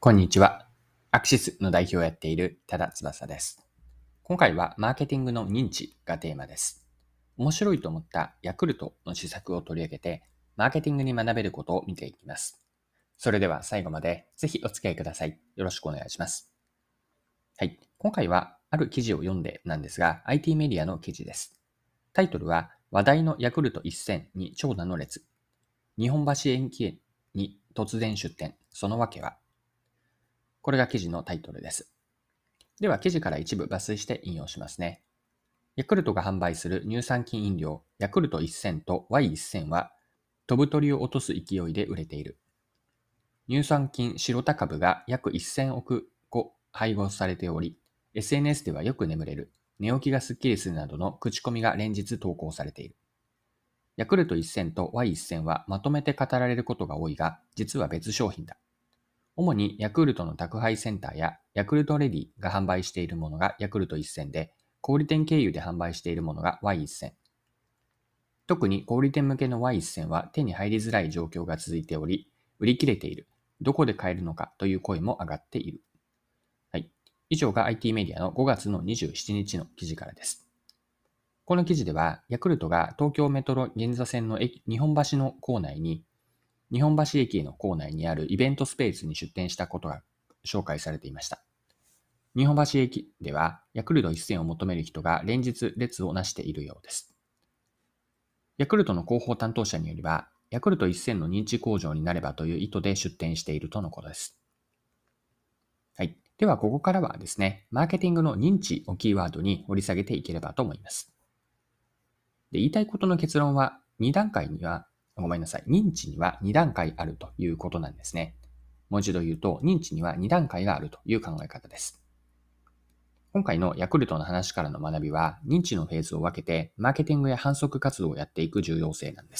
こんにちは。アクシスの代表をやっている多田翼です。今回はマーケティングの認知がテーマです。面白いと思ったヤクルトの施策を取り上げて、マーケティングに学べることを見ていきます。それでは最後までぜひお付き合いください。よろしくお願いします。はい。今回はある記事を読んでなんですが、IT メディアの記事です。タイトルは、話題のヤクルト1000に長蛇の列。日本橋駅に突然出店。その訳は。これが記事のタイトルです。では記事から一部抜粋して引用しますね。ヤクルトが販売する乳酸菌飲料ヤクルト1000と Y1000 は飛ぶ鳥を落とす勢いで売れている。乳酸菌白田株が約1000億個配合されており、SNS ではよく眠れる、寝起きがスッキリするなどの口コミが連日投稿されている。ヤクルト1000と Y1000 はまとめて語られることが多いが、実は別商品だ。主にヤクルトの宅配センターやヤクルトレディが販売しているものがヤクルト1000で、小売店経由で販売しているものが Y1000。特に小売店向けの Y1000 は手に入りづらい状況が続いており、売り切れている。どこで買えるのかという声も上がっている。はい。以上が IT メディアの5月の27日の記事からです。この記事では、ヤクルトが東京メトロ銀座線の日本橋の構内に、日本橋駅の構内にあるイベントスペースに出店したことが紹介されていました。日本橋駅ではヤクルト1000を求める人が連日列をなしているようです。ヤクルトの広報担当者によれば、ヤクルト1000の認知向上になればという意図で出店しているとのことです。はい。ではここからはですね、マーケティングの認知をキーワードに掘り下げていければと思います。で、言いたいことの結論は認知には2段階あるということなんですね。もう一度言うと、認知には2段階があるという考え方です。今回のヤクルトの話からの学びは、認知のフェーズを分けて、マーケティングや販促活動をやっていく重要性なんです。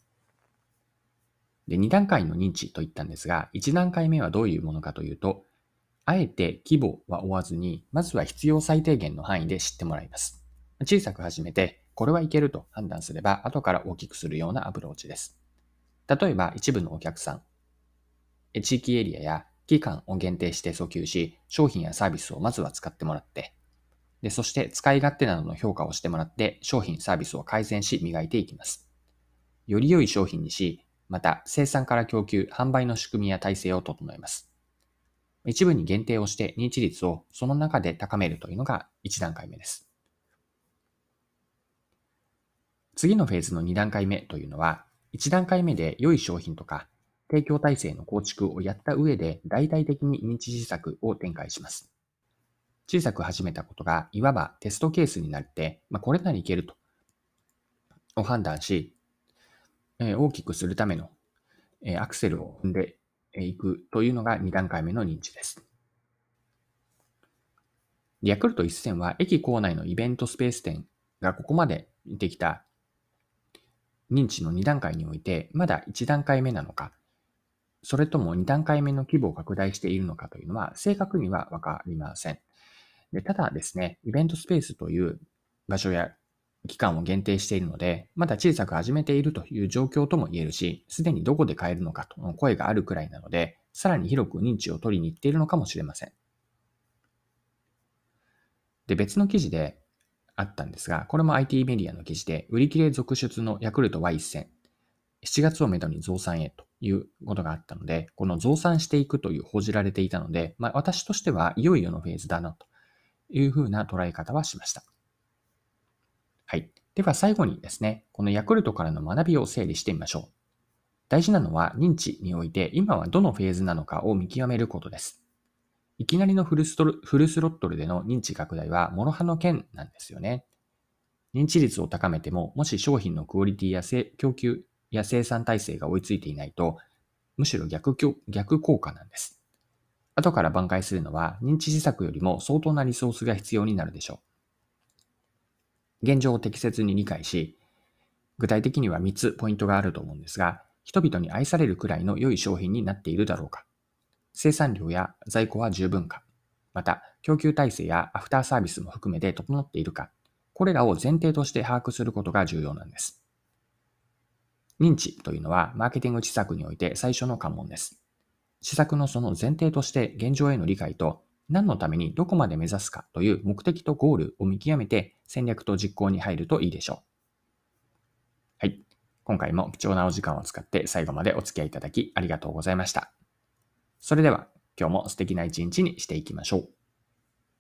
で、2段階の認知と言ったんですが、1段階目はどういうものかというと、あえて規模は追わずに、まずは必要最低限の範囲で知ってもらいます。小さく始めて、これはいけると判断すれば、後から大きくするようなアプローチです。例えば、一部のお客さん、地域エリアや期間を限定して訴求し、商品やサービスをまずは使ってもらって、そして使い勝手などの評価をしてもらって、商品サービスを改善し磨いていきます。より良い商品にし、また生産から供給、販売の仕組みや体制を整えます。一部に限定をして認知率をその中で高めるというのが1段階目です。次のフェーズの2段階目というのは、1段階目で良い商品とか提供体制の構築をやった上で大々的に認知施策を展開します。小さく始めたことがいわばテストケースになって、これならいけるとを判断し、大きくするためのアクセルを踏んでいくというのが2段階目の認知です。ヤクルト1000は駅構内のイベントスペース店がここまでできた認知の2段階において、まだ1段階目なのか、それとも2段階目の規模を拡大しているのかというのは正確にはわかりません。で、ただですね、イベントスペースという場所や期間を限定しているので、まだ小さく始めているという状況とも言えるし、すでにどこで買えるのかとの声があるくらいなので、さらに広く認知を取りに行っているのかもしれません。で、別の記事であったんですが、これも IT メディアの記事で、売り切れ続出のヤクルト Y1000、7月をめどに増産へということがあったので、この増産していくという報じられていたので、私としてはいよいよのフェーズだなというふうな捉え方はしました。はい。では最後にですね、このヤクルトからの学びを整理してみましょう。大事なのは認知において今はどのフェーズなのかを見極めることです。いきなりのフルスロットルでの認知拡大は諸刃の剣なんですよね。認知率を高めても、もし商品のクオリティや供給や生産体制が追いついていないと、むしろ逆効果なんです。後から挽回するのは認知施策よりも相当なリソースが必要になるでしょう。現状を適切に理解し、具体的には3つポイントがあると思うんですが、人々に愛されるくらいの良い商品になっているだろうか。生産量や在庫は十分か。また、供給体制やアフターサービスも含めて整っているか。これらを前提として把握することが重要なんです。認知というのはマーケティング施策において最初の関門です。 施策のその前提として現状への理解と、何のためにどこまで目指すかという目的とゴールを見極めて戦略と実行に入るといいでしょう。はい。今回も貴重なお時間を使って最後までお付き合いいただきありがとうございました。それでは今日も素敵な一日にしていきましょう。